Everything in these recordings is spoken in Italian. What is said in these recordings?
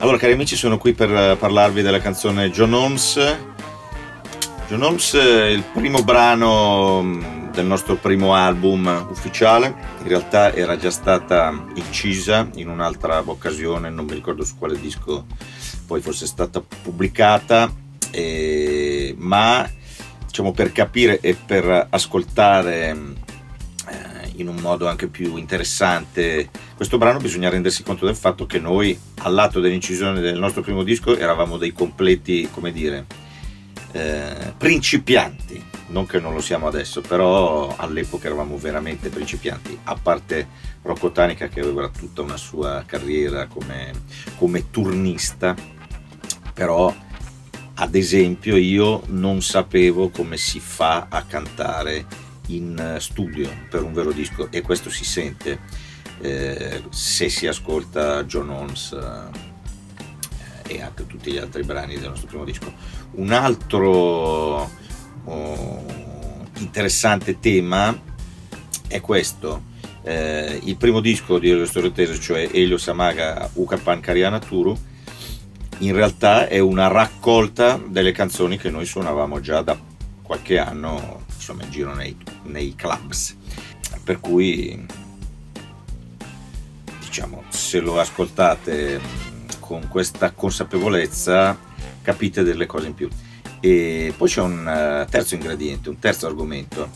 Allora, cari amici, sono qui per parlarvi della canzone John Holmes. John Holmes è il primo brano del nostro primo album ufficiale. In realtà era già stata incisa in un'altra occasione, non mi ricordo su quale disco poi fosse stata pubblicata, ma diciamo, per capire e per ascoltare in un modo anche più interessante questo brano, bisogna rendersi conto del fatto che noi, all'atto dell'incisione del nostro primo disco, eravamo dei completi, come dire, principianti. Non che non lo siamo adesso, però all'epoca eravamo veramente principianti, a parte Rocco Tanica, che aveva tutta una sua carriera come turnista. Però, ad esempio, io non sapevo come si fa a cantare in studio per un vero disco, e questo si sente se si ascolta John Holmes e anche tutti gli altri brani del nostro primo disco. Un altro interessante tema è questo: il primo disco di Elio Storotese, cioè Elio Samaga Ukapan Kariana Turu, in realtà è una raccolta delle canzoni che noi suonavamo già da qualche anno, insomma, in giro nei clubs, per cui, diciamo, se lo ascoltate con questa consapevolezza capite delle cose in più. E poi c'è un terzo ingrediente, un terzo argomento,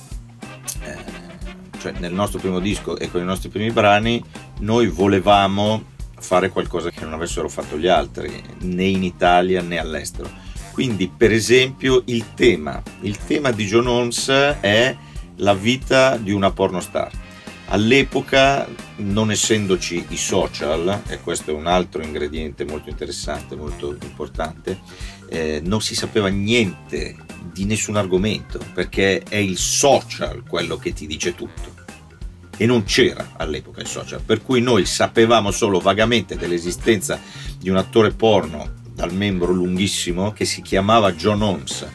cioè nel nostro primo disco e con i nostri primi brani noi volevamo fare qualcosa che non avessero fatto gli altri, né in Italia né all'estero. Quindi, per esempio, il tema di John Holmes è la vita di una pornostar. All'epoca, non essendoci i social, e questo è un altro ingrediente molto interessante, molto importante, non si sapeva niente di nessun argomento, perché è il social quello che ti dice tutto. E non c'era all'epoca il social, per cui noi sapevamo solo vagamente dell'esistenza di un attore porno dal membro lunghissimo che si chiamava John Holmes.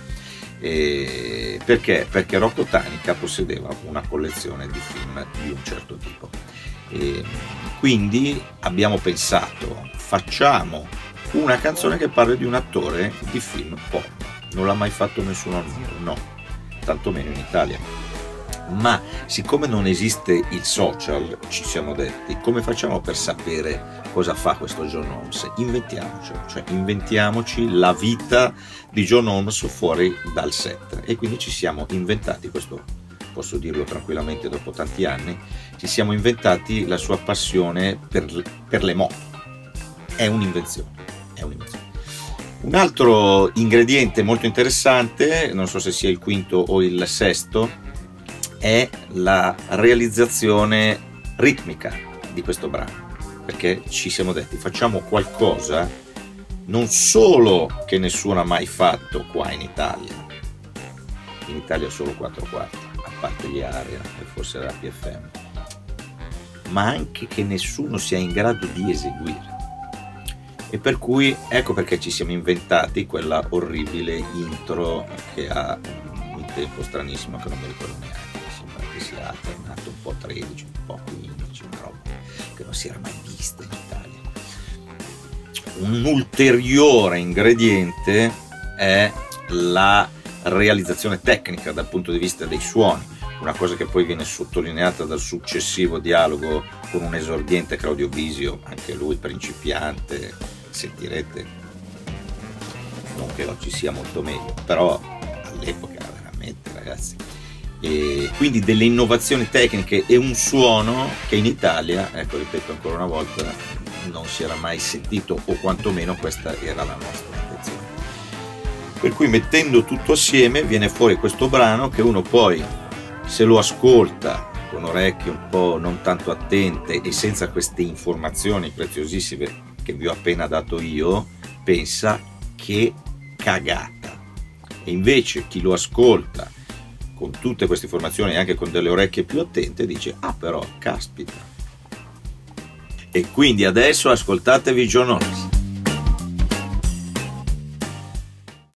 Perché? Perché Rocco Tanica possedeva una collezione di film di un certo tipo. Quindi abbiamo pensato, facciamo una canzone che parli di un attore di film porno. Non l'ha mai fatto nessuno, no, tantomeno in Italia. Ma siccome non esiste il social, ci siamo detti: come facciamo per sapere cosa fa questo John Holmes? Inventiamocelo, cioè inventiamoci la vita di John Holmes fuori dal set. E quindi ci siamo inventati, questo posso dirlo tranquillamente dopo tanti anni, ci siamo inventati la sua passione per le moto. È un'invenzione, è un'invenzione. Un altro ingrediente molto interessante, non so se sia il quinto o il sesto, è la realizzazione ritmica di questo brano, perché ci siamo detti: facciamo qualcosa non solo che nessuno ha mai fatto qua in Italia solo 4/4, a parte gli Aria e forse la PFM, ma anche che nessuno sia in grado di eseguire. E per cui ecco perché ci siamo inventati quella orribile intro che ha un tempo stranissimo che non mi ricordo neanche, che si è alternato un po' 13, un po' 15, una roba che non si era mai vista in Italia. Un ulteriore ingrediente è la realizzazione tecnica dal punto di vista dei suoni, una cosa che poi viene sottolineata dal successivo dialogo con un esordiente Claudio Bisio, anche lui principiante, sentirete, non che oggi sia molto meglio, però all'epoca veramente, ragazzi. E quindi delle innovazioni tecniche e un suono che in Italia, ecco, ripeto ancora una volta, non si era mai sentito, o quantomeno questa era la nostra intenzione. Per cui, mettendo tutto assieme, viene fuori questo brano che uno poi, se lo ascolta con orecchie un po' non tanto attente e senza queste informazioni preziosissime che vi ho appena dato io, pensa: che cagata. E invece chi lo ascolta con tutte queste informazioni e anche con delle orecchie più attente dice: ah, però, caspita. E quindi adesso ascoltatevi John Holmes.